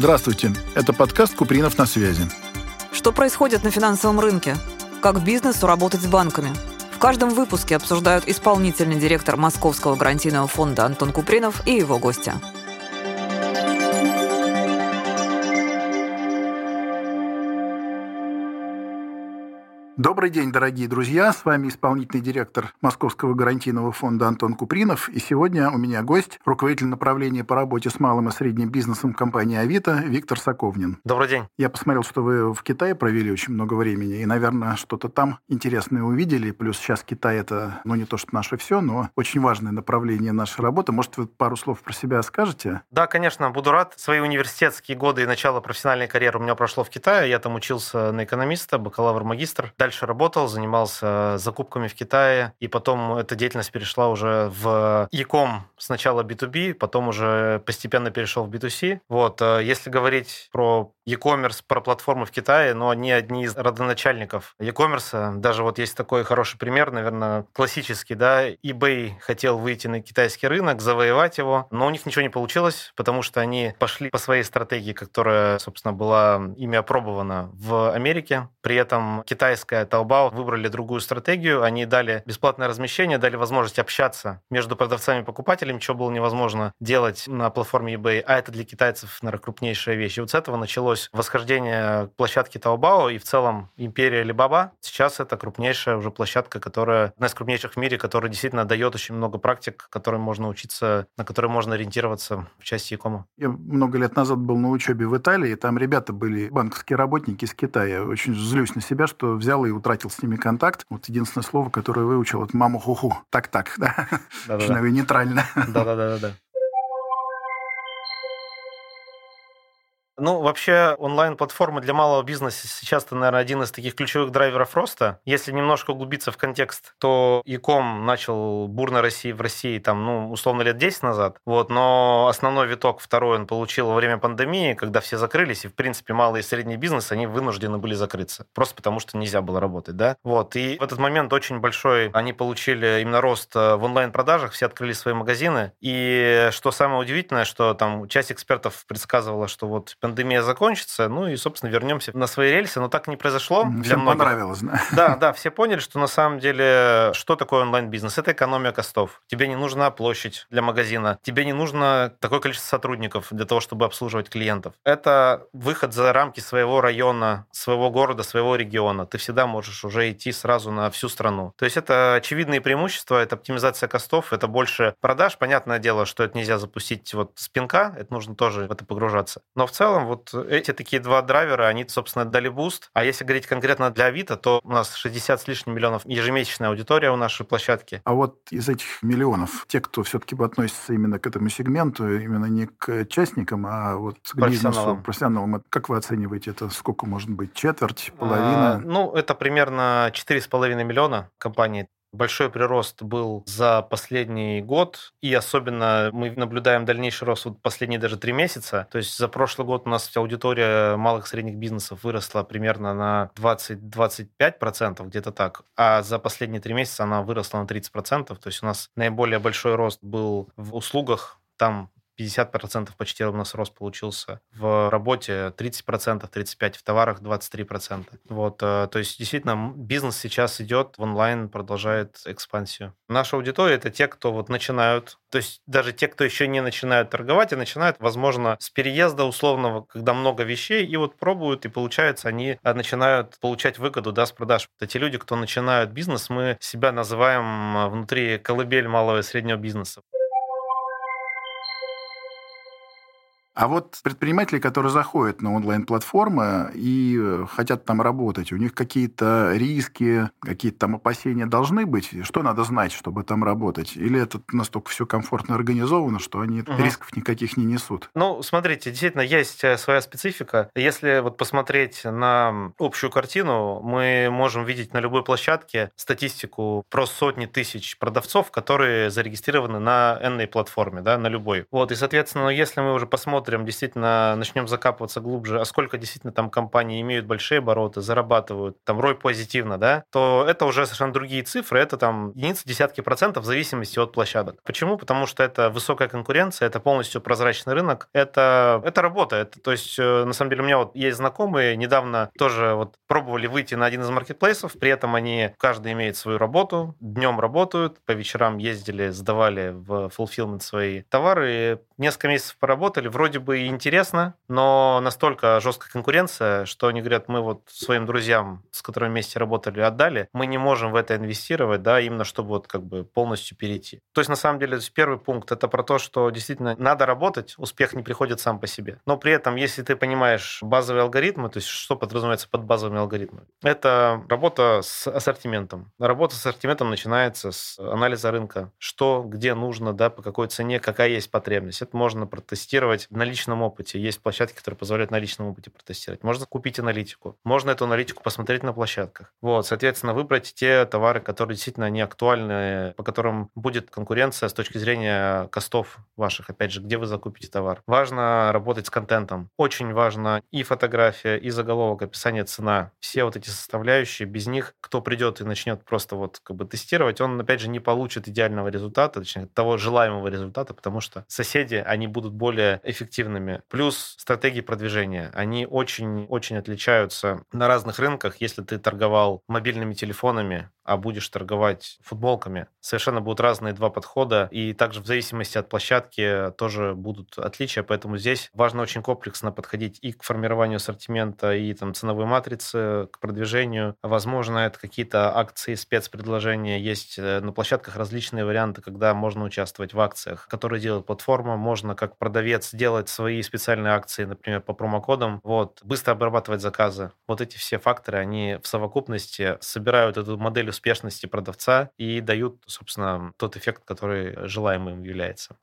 Здравствуйте, это подкаст «Купринов на связи». Что происходит на финансовом рынке? Как бизнесу работать с банками? В каждом выпуске обсуждают исполнительный директор Московского гарантийного фонда Антон Купринов и его гости. Добрый день, дорогие друзья. С вами исполнительный директор Московского гарантийного фонда Антон Купринов. И сегодня у меня гость, руководитель направления по работе с малым и средним бизнесом компании «Авито» Виктор Соковнин. Добрый день. Я посмотрел, что вы в Китае провели очень много времени, и, наверное, что-то там интересное увидели. Плюс сейчас Китай – это, не то что наше все, но очень важное направление нашей работы. Может, вы пару слов про себя скажете? Да, конечно, буду рад. Свои университетские годы и начало профессиональной карьеры у меня прошло в Китае. Я там учился на экономиста, бакалавр-магистр. Дальше работал, занимался закупками в Китае, и потом эта деятельность перешла уже в e-com, сначала B2B, потом уже постепенно перешел в B2C. Если говорить про e-commerce, про платформы в Китае, они одни из родоначальников e-commerce. Даже есть такой хороший пример, наверное, классический, eBay хотел выйти на китайский рынок, завоевать его, но у них ничего не получилось, потому что они пошли по своей стратегии, которая, собственно, была ими опробована в Америке. При этом китайская Taobao выбрали другую стратегию, они дали бесплатное размещение, дали возможность общаться между продавцами и покупателями, что было невозможно делать на платформе eBay, а это для китайцев, наверное, крупнейшая вещь. И с этого началось восхождение площадки Taobao и в целом империя Alibaba. Сейчас это крупнейшая уже площадка, одна из крупнейших в мире, которая действительно дает очень много практик, которым можно учиться, на которые можно ориентироваться в части e-com. Я много лет назад был на учебе в Италии, и там ребята были банковские работники из Китая. Очень злюсь на себя, что взял и утратил с ними контакт. Единственное слово, которое выучил, это «мама хуху». Так-так, да? Да-да-да. Нейтрально. Да-да-да. Вообще, онлайн-платформы для малого бизнеса сейчас, это, наверное, один из таких ключевых драйверов роста. Если немножко углубиться в контекст, то e-com начал бурно расти в России, условно, лет 10 назад. Но основной виток, второй, он получил во время пандемии, когда все закрылись, и, в принципе, малый и средний бизнес, они вынуждены были закрыться. Просто потому, что нельзя было работать, да? И в этот момент очень большой они получили именно рост в онлайн-продажах, все открыли свои магазины. И что самое удивительное, что часть экспертов предсказывала, что пандемия закончится, и, собственно, вернемся на свои рельсы, но так не произошло. Всем понравилось, да? Да, все поняли, что на самом деле, что такое онлайн-бизнес? Это экономия костов. Тебе не нужна площадь для магазина, тебе не нужно такое количество сотрудников для того, чтобы обслуживать клиентов. Это выход за рамки своего района, своего города, своего региона. Ты всегда можешь уже идти сразу на всю страну. То есть это очевидные преимущества, это оптимизация костов, это больше продаж. Понятное дело, что это нельзя запустить с пинка, это нужно тоже в это погружаться. Но в целом эти такие два драйвера, они, собственно, дали буст. А если говорить конкретно для Авито, то у нас 60 с лишним миллионов ежемесячная аудитория у нашей площадки. А из этих миллионов, те, кто все-таки относится именно к этому сегменту, именно не к частникам, а к бизнесу, профессионалам, как вы оцениваете это? Сколько может быть? Четверть, половина? Это примерно 4,5 миллиона компаний. Большой прирост был за последний год, и особенно мы наблюдаем дальнейший рост последние даже 3 месяца. То есть за прошлый год у нас аудитория малых и средних бизнесов выросла примерно на 20-25%, где-то так, а за последние 3 месяца она выросла на 30%. То есть у нас наиболее большой рост был в услугах, там 50% почти у нас рост получился. В работе 30%, 35%, в товарах 23%. То есть, действительно, бизнес сейчас идет в онлайн, продолжает экспансию. Наша аудитория – это те, кто начинают, то есть даже те, кто еще не начинают торговать, и начинают, возможно, с переезда условного, когда много вещей, и пробуют, и получается, они начинают получать выгоду, с продаж. Это те люди, кто начинают бизнес, мы себя называем внутри колыбель малого и среднего бизнеса. А предприниматели, которые заходят на онлайн-платформы и хотят там работать, у них какие-то риски, какие-то там опасения должны быть? Что надо знать, чтобы там работать? Или это настолько все комфортно организовано, что они рисков никаких не несут? Смотрите, действительно, есть своя специфика. Если посмотреть на общую картину, мы можем видеть на любой площадке статистику про сотни тысяч продавцов, которые зарегистрированы на энной платформе, на любой. И, соответственно, если мы уже посмотрим посмотрим, действительно начнем закапываться глубже, а сколько действительно там компании имеют большие обороты, зарабатывают, там ROI позитивно, да, то это уже совершенно другие цифры, это там единицы, десятки процентов в зависимости от площадок. Почему? Потому что это высокая конкуренция, это полностью прозрачный рынок, это работа. То есть, на самом деле, у меня вот есть знакомые, недавно тоже вот пробовали выйти на один из маркетплейсов, при этом они, каждый имеет свою работу, днем работают, по вечерам ездили, сдавали в fulfillment свои товары, несколько месяцев поработали, вроде бы и интересно, но настолько жесткая конкуренция, что они говорят, мы вот своим друзьям, с которыми вместе работали, отдали, мы не можем в это инвестировать, да, именно чтобы вот как бы полностью перейти. То есть, на самом деле, первый пункт — это про то, что действительно надо работать, успех не приходит сам по себе. Но при этом, если ты понимаешь базовые алгоритмы, то есть что подразумевается под базовыми алгоритмами, это работа с ассортиментом. Работа с ассортиментом начинается с анализа рынка, что, где нужно, да, по какой цене, какая есть потребность. Это можно протестировать на личном опыте. Есть площадки, которые позволяют на личном опыте протестировать. Можно купить аналитику. Можно эту аналитику посмотреть на площадках. Вот, соответственно, выбрать те товары, которые действительно не актуальны, по которым будет конкуренция с точки зрения костов ваших, опять же, где вы закупите товар. Важно работать с контентом. Очень важно и фотография, и заголовок, описание, цена. Все вот эти составляющие, без них кто придет и начнет просто вот как бы тестировать, он, опять же, не получит идеального результата, точнее, того желаемого результата, потому что соседи, они будут более эффективными. Плюс стратегии продвижения. Они очень-очень отличаются на разных рынках. Если ты торговал мобильными телефонами, а будешь торговать футболками, совершенно будут разные два подхода, и также в зависимости от площадки тоже будут отличия, поэтому здесь важно очень комплексно подходить и к формированию ассортимента, и там ценовой матрицы, к продвижению. Возможно, это какие-то акции, спецпредложения. Есть на площадках различные варианты, когда можно участвовать в акциях, которые делает платформа. Можно как продавец делать свои специальные акции, например, по промокодам, вот, быстро обрабатывать заказы. Вот эти все факторы, они в совокупности собирают эту модель успешности продавца и дают, собственно, тот эффект, который желаемым является.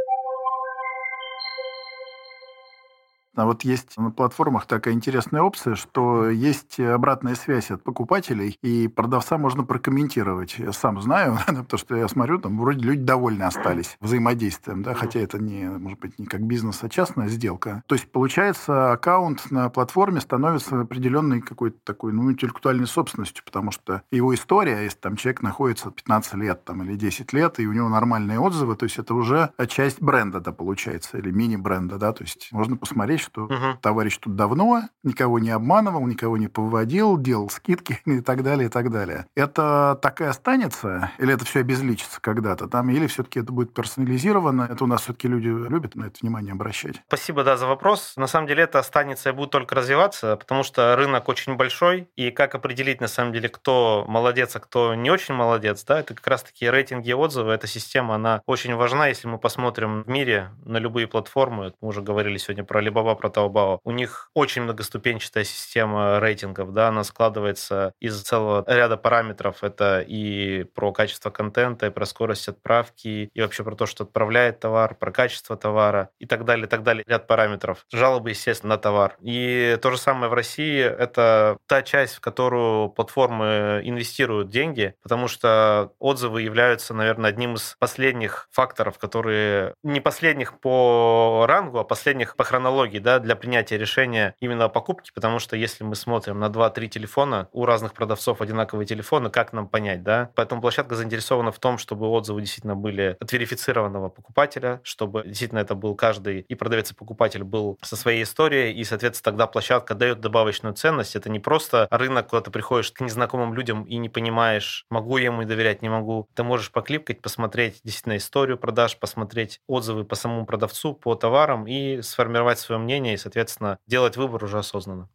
А вот есть на платформах такая интересная опция, что есть обратная связь от покупателей, и продавца можно прокомментировать. Я сам знаю, потому что я смотрю, там вроде люди довольны остались взаимодействием, да, хотя это не, может быть, не как бизнес, а частная сделка. То есть, получается, аккаунт на платформе становится определенной какой-то такой, интеллектуальной собственностью, потому что его история, если там человек находится 15 лет там, или 10 лет, и у него нормальные отзывы, то есть это уже часть бренда, да, получается, или мини-бренда, да, то есть можно посмотреть, что товарищ тут давно, никого не обманывал, никого не поводил, делал скидки и так далее, и так далее. Это так и останется? Или это все обезличится когда-то там? Или все-таки это будет персонализировано? Это у нас все-таки люди любят на это внимание обращать. Спасибо, да, за вопрос. На самом деле это останется и будет только развиваться, потому что рынок очень большой, и как определить, на самом деле, кто молодец, а кто не очень молодец, да, это как раз-таки рейтинги и отзывы. Эта система, она очень важна, если мы посмотрим в мире на любые платформы. Мы уже говорили сегодня про Alibaba, про Taobao. У них очень многоступенчатая система рейтингов, да, она складывается из целого ряда параметров. Это и про качество контента, и про скорость отправки, и вообще про то, что отправляет товар, про качество товара и так далее, ряд параметров. Жалобы, естественно, на товар. И то же самое в России. Это та часть, в которую платформы инвестируют деньги, потому что отзывы являются, наверное, одним из последних факторов, которые не последних по рангу, а последних по хронологии, да, для принятия решения именно о покупке, потому что если мы смотрим на 2-3 телефона, у разных продавцов одинаковые телефоны, как нам понять, да? Поэтому площадка заинтересована в том, чтобы отзывы действительно были от верифицированного покупателя, чтобы действительно это был каждый, и продавец, и покупатель был со своей историей, и, соответственно, тогда площадка дает добавочную ценность. Это не просто рынок, куда ты приходишь к незнакомым людям и не понимаешь, могу я ему доверять, не могу. Ты можешь покликать, посмотреть действительно историю продаж, посмотреть отзывы по самому продавцу, по товарам и сформировать свое мнение и, соответственно, делать выбор уже осознанно.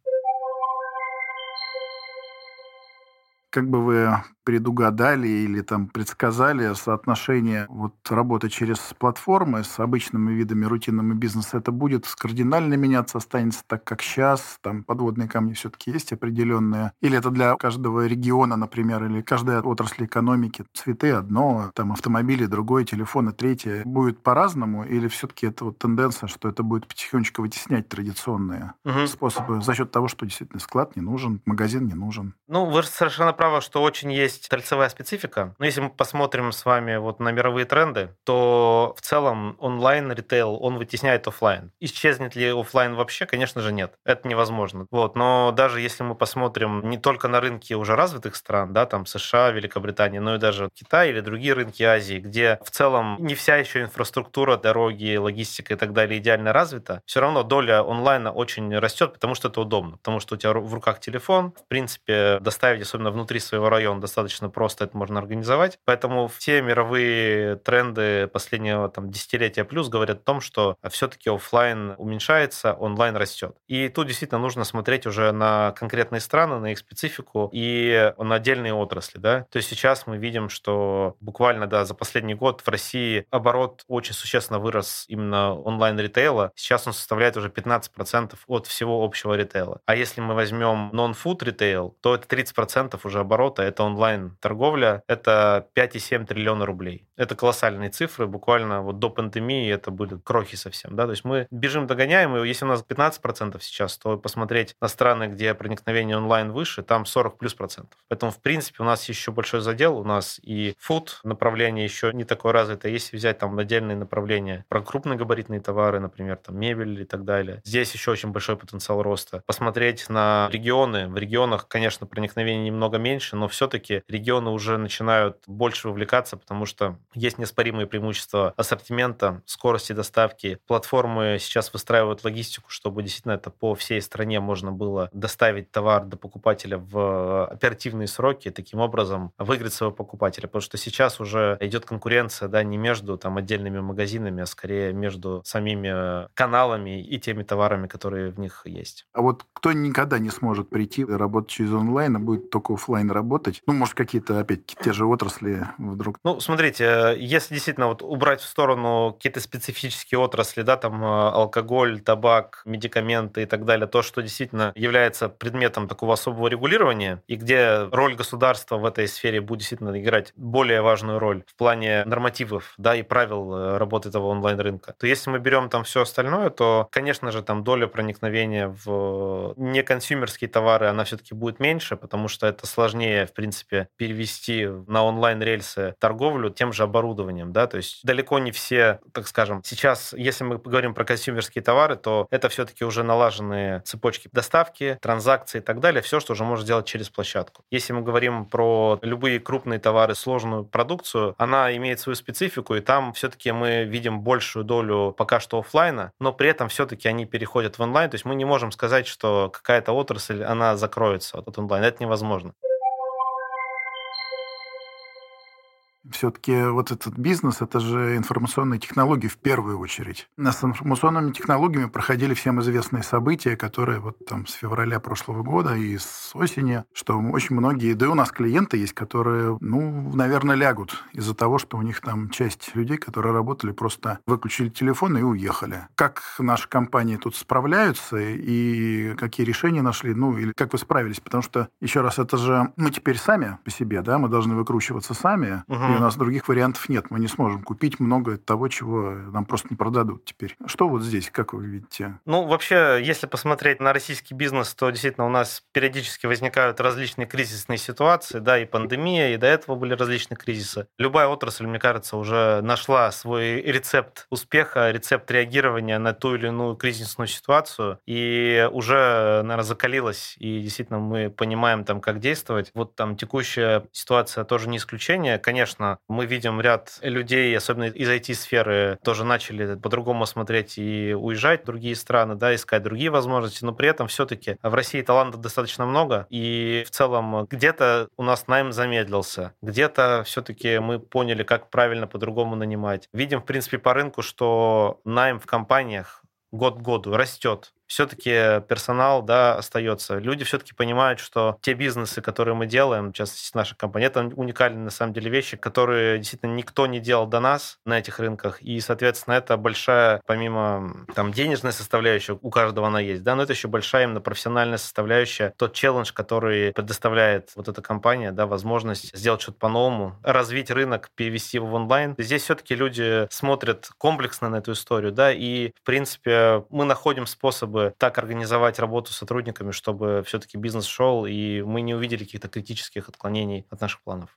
Как бы вы предугадали или там предсказали соотношение вот работы через платформы с обычными видами рутинного бизнеса, это будет кардинально меняться, останется так, как сейчас, там подводные камни все-таки есть определенные, или это для каждого региона, например, или каждой отрасли экономики, цветы одно, там автомобили другое, телефоны третье, будет по-разному, или все-таки это вот тенденция, что это будет потихонечку вытеснять традиционные способы за счет того, что действительно склад не нужен, магазин не нужен? Вы совершенно правы, что очень есть отраслевая специфика. Но если мы посмотрим с вами вот на мировые тренды, то в целом онлайн-ритейл, он вытесняет офлайн. Исчезнет ли офлайн вообще? Конечно же, нет. Это невозможно. Вот. Но даже если мы посмотрим не только на рынки уже развитых стран, да, там США, Великобритания, но и даже Китай или другие рынки Азии, где в целом не вся еще инфраструктура, дороги, логистика и так далее идеально развита, все равно доля онлайна очень растет, потому что это удобно, потому что у тебя в руках телефон, в принципе, доставить, особенно внутри своего района, достаточно просто это можно организовать. Поэтому все мировые тренды последнего там, десятилетия плюс говорят о том, что все-таки офлайн уменьшается, онлайн растет. И тут действительно нужно смотреть уже на конкретные страны, на их специфику и на отдельные отрасли. Да? То есть сейчас мы видим, что буквально за последний год в России оборот очень существенно вырос именно онлайн-ритейла. Сейчас он составляет уже 15% от всего общего ритейла. А если мы возьмем non-food ритейл, то это 30% уже оборота, это онлайн-торговля, это 5,7 триллиона рублей. Это колоссальные цифры, буквально вот до пандемии это были крохи совсем. Да? То есть мы бежим, догоняем, и если у нас 15% сейчас, то посмотреть на страны, где проникновение онлайн выше, там 40+%. Поэтому, в принципе, у нас еще большой задел, у нас и фуд направление еще не такое развитое. Если взять там отдельные направления про крупногабаритные товары, например, там мебель и так далее, здесь еще очень большой потенциал роста. Посмотреть на регионы. В регионах, конечно, проникновение немного меньше, но все-таки регионы уже начинают больше вовлекаться, потому что есть неоспоримые преимущества ассортимента, скорости доставки. Платформы сейчас выстраивают логистику, чтобы действительно это по всей стране можно было доставить товар до покупателя в оперативные сроки, таким образом выиграть своего покупателя. Потому что сейчас уже идет конкуренция, да, не между там отдельными магазинами, а скорее между самими каналами и теми товарами, которые в них есть. А вот кто никогда не сможет прийти и работать через онлайн, а будет только офлайн работать, может, какие-то, опять, те же отрасли вдруг? Смотрите, если действительно вот убрать в сторону какие-то специфические отрасли, да, там алкоголь, табак, медикаменты и так далее, то, что действительно является предметом такого особого регулирования, и где роль государства в этой сфере будет действительно играть более важную роль в плане нормативов, да, и правил работы этого онлайн-рынка, то если мы берем там все остальное, то, конечно же, там доля проникновения в неконсюмерские товары, она все-таки будет меньше, потому что это сложнее, в принципе, перевести на онлайн-рельсы торговлю тем же оборудованием, да, то есть далеко не все, так скажем, сейчас, если мы говорим про консюмерские товары, то это все-таки уже налаженные цепочки доставки, транзакции и так далее, все, что уже можно сделать через площадку. Если мы говорим про любые крупные товары, сложную продукцию, она имеет свою специфику, и там все-таки мы видим большую долю пока что офлайна, но при этом все-таки они переходят в онлайн, то есть мы не можем сказать, что какая-то отрасль, она закроется от онлайна, это невозможно. Все-таки вот этот бизнес, это же информационные технологии в первую очередь. С информационными технологиями проходили всем известные события, которые вот там с февраля прошлого года и с осени, что очень многие, да и у нас клиенты есть, которые, наверное, лягут из-за того, что у них там часть людей, которые работали, просто выключили телефон и уехали. Как наши компании тут справляются и какие решения нашли, или как вы справились? Потому что, еще раз, это же мы теперь сами по себе, да, мы должны выкручиваться сами, и у нас других вариантов нет. Мы не сможем купить много того, чего нам просто не продадут теперь. Что вот здесь, как вы видите? Вообще, если посмотреть на российский бизнес, то действительно у нас периодически возникают различные кризисные ситуации, да, и пандемия, и до этого были различные кризисы. Любая отрасль, мне кажется, уже нашла свой рецепт успеха, рецепт реагирования на ту или иную кризисную ситуацию, и уже, наверное, закалилась, и действительно мы понимаем, там, как действовать. Вот там текущая ситуация тоже не исключение. Конечно, мы видим ряд людей, особенно из IT-сферы, тоже начали по-другому смотреть и уезжать в другие страны, да, искать другие возможности, но при этом все-таки в России талантов достаточно много, и в целом где-то у нас найм замедлился, где-то все-таки мы поняли, как правильно по-другому нанимать. Видим, в принципе, по рынку, что найм в компаниях год к году растет. Все-таки персонал, да, остается. Люди все-таки понимают, что те бизнесы, которые мы делаем, в частности, наша компания, это уникальные, на самом деле, вещи, которые действительно никто не делал до нас на этих рынках. И, соответственно, это большая, помимо там денежной составляющей, у каждого она есть, да, но это еще большая именно профессиональная составляющая, тот челлендж, который предоставляет вот эта компания, да, возможность сделать что-то по-новому, развить рынок, перевести его в онлайн. Здесь все-таки люди смотрят комплексно на эту историю, да, и, в принципе, мы находим способы чтобы так организовать работу с сотрудниками, чтобы все-таки бизнес шел, и мы не увидели каких-то критических отклонений от наших планов.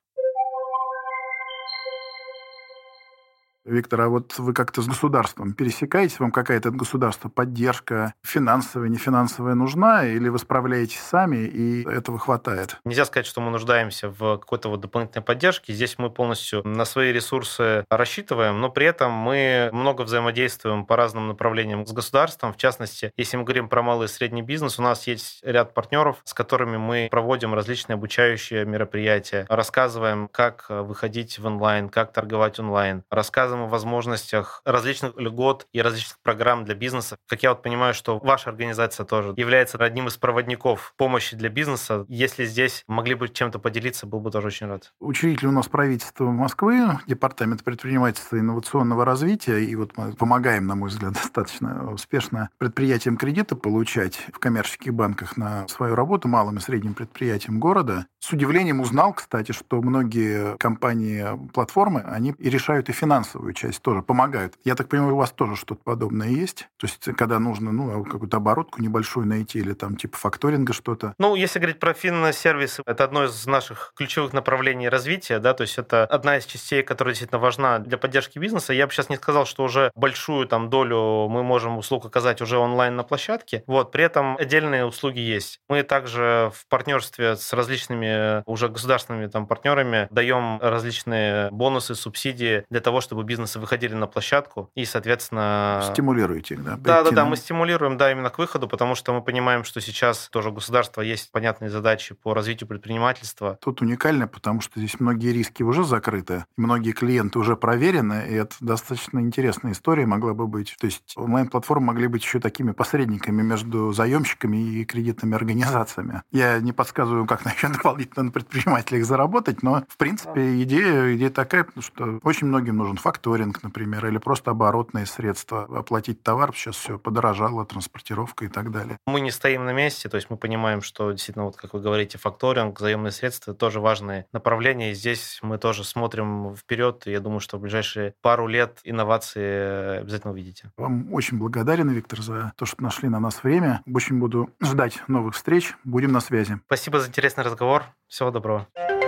Виктор, а вот вы как-то с государством пересекаетесь? Вам какая-то от государства поддержка финансовая, нефинансовая нужна? Или вы справляетесь сами, и этого хватает? Нельзя сказать, что мы нуждаемся в какой-то вот дополнительной поддержке. Здесь мы полностью на свои ресурсы рассчитываем, но при этом мы много взаимодействуем по разным направлениям с государством. В частности, если мы говорим про малый и средний бизнес, у нас есть ряд партнеров, с которыми мы проводим различные обучающие мероприятия, рассказываем, как выходить в онлайн, как торговать онлайн, рассказываем о возможностях различных льгот и различных программ для бизнеса. Как я вот понимаю, что ваша организация тоже является одним из проводников помощи для бизнеса. Если здесь могли бы чем-то поделиться, был бы тоже очень рад. Учредитель у нас правительства Москвы, Департамент предпринимательства и инновационного развития, и вот мы помогаем, на мой взгляд, достаточно успешно предприятиям кредиты получать в коммерческих банках на свою работу, малым и средним предприятиям города. С удивлением узнал, кстати, что многие компании-платформы, они и решают и финансовую часть, тоже помогают. Я так понимаю, у вас тоже что-то подобное есть? То есть, когда нужно какую-то оборотку небольшую найти или там типа факторинга что-то? Если говорить про финсервисы, это одно из наших ключевых направлений развития, да, то есть это одна из частей, которая действительно важна для поддержки бизнеса. Я бы сейчас не сказал, что уже большую долю мы можем услуг оказать уже онлайн на площадке. При этом отдельные услуги есть. Мы также в партнерстве с различными уже государственными партнерами даем различные бонусы, субсидии для того, чтобы бизнесы выходили на площадку и, соответственно... Стимулируете их, да? Да, мы стимулируем, именно к выходу, потому что мы понимаем, что сейчас тоже у государства есть понятные задачи по развитию предпринимательства. Тут уникально, потому что здесь многие риски уже закрыты, многие клиенты уже проверены, и это достаточно интересная история могла бы быть. То есть онлайн-платформы могли быть еще такими посредниками между заемщиками и кредитными организациями. Я не подсказываю, как насчет дополнительно на предпринимателях заработать, но, в принципе, идея такая, что очень многим нужен факторинг, например, или просто оборотные средства. Оплатить товар, сейчас все подорожало, транспортировка и так далее. Мы не стоим на месте, то есть мы понимаем, что действительно, как вы говорите, факторинг, заемные средства – тоже важные направления, и здесь мы тоже смотрим вперед, и я думаю, что в ближайшие пару лет инновации обязательно увидите. Вам очень благодарен, Виктор, за то, что нашли на нас время. Очень буду ждать новых встреч. Будем на связи. Спасибо за интересный разговор. Всего доброго.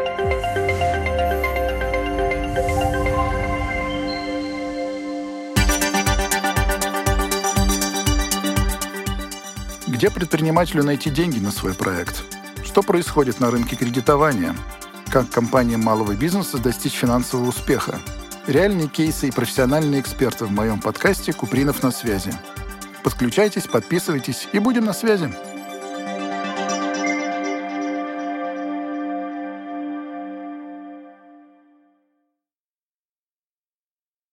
Где предпринимателю найти деньги на свой проект? Что происходит на рынке кредитования? Как компаниям малого бизнеса достичь финансового успеха? Реальные кейсы и профессиональные эксперты в моем подкасте «Купринов на связи». Подключайтесь, подписывайтесь и будем на связи.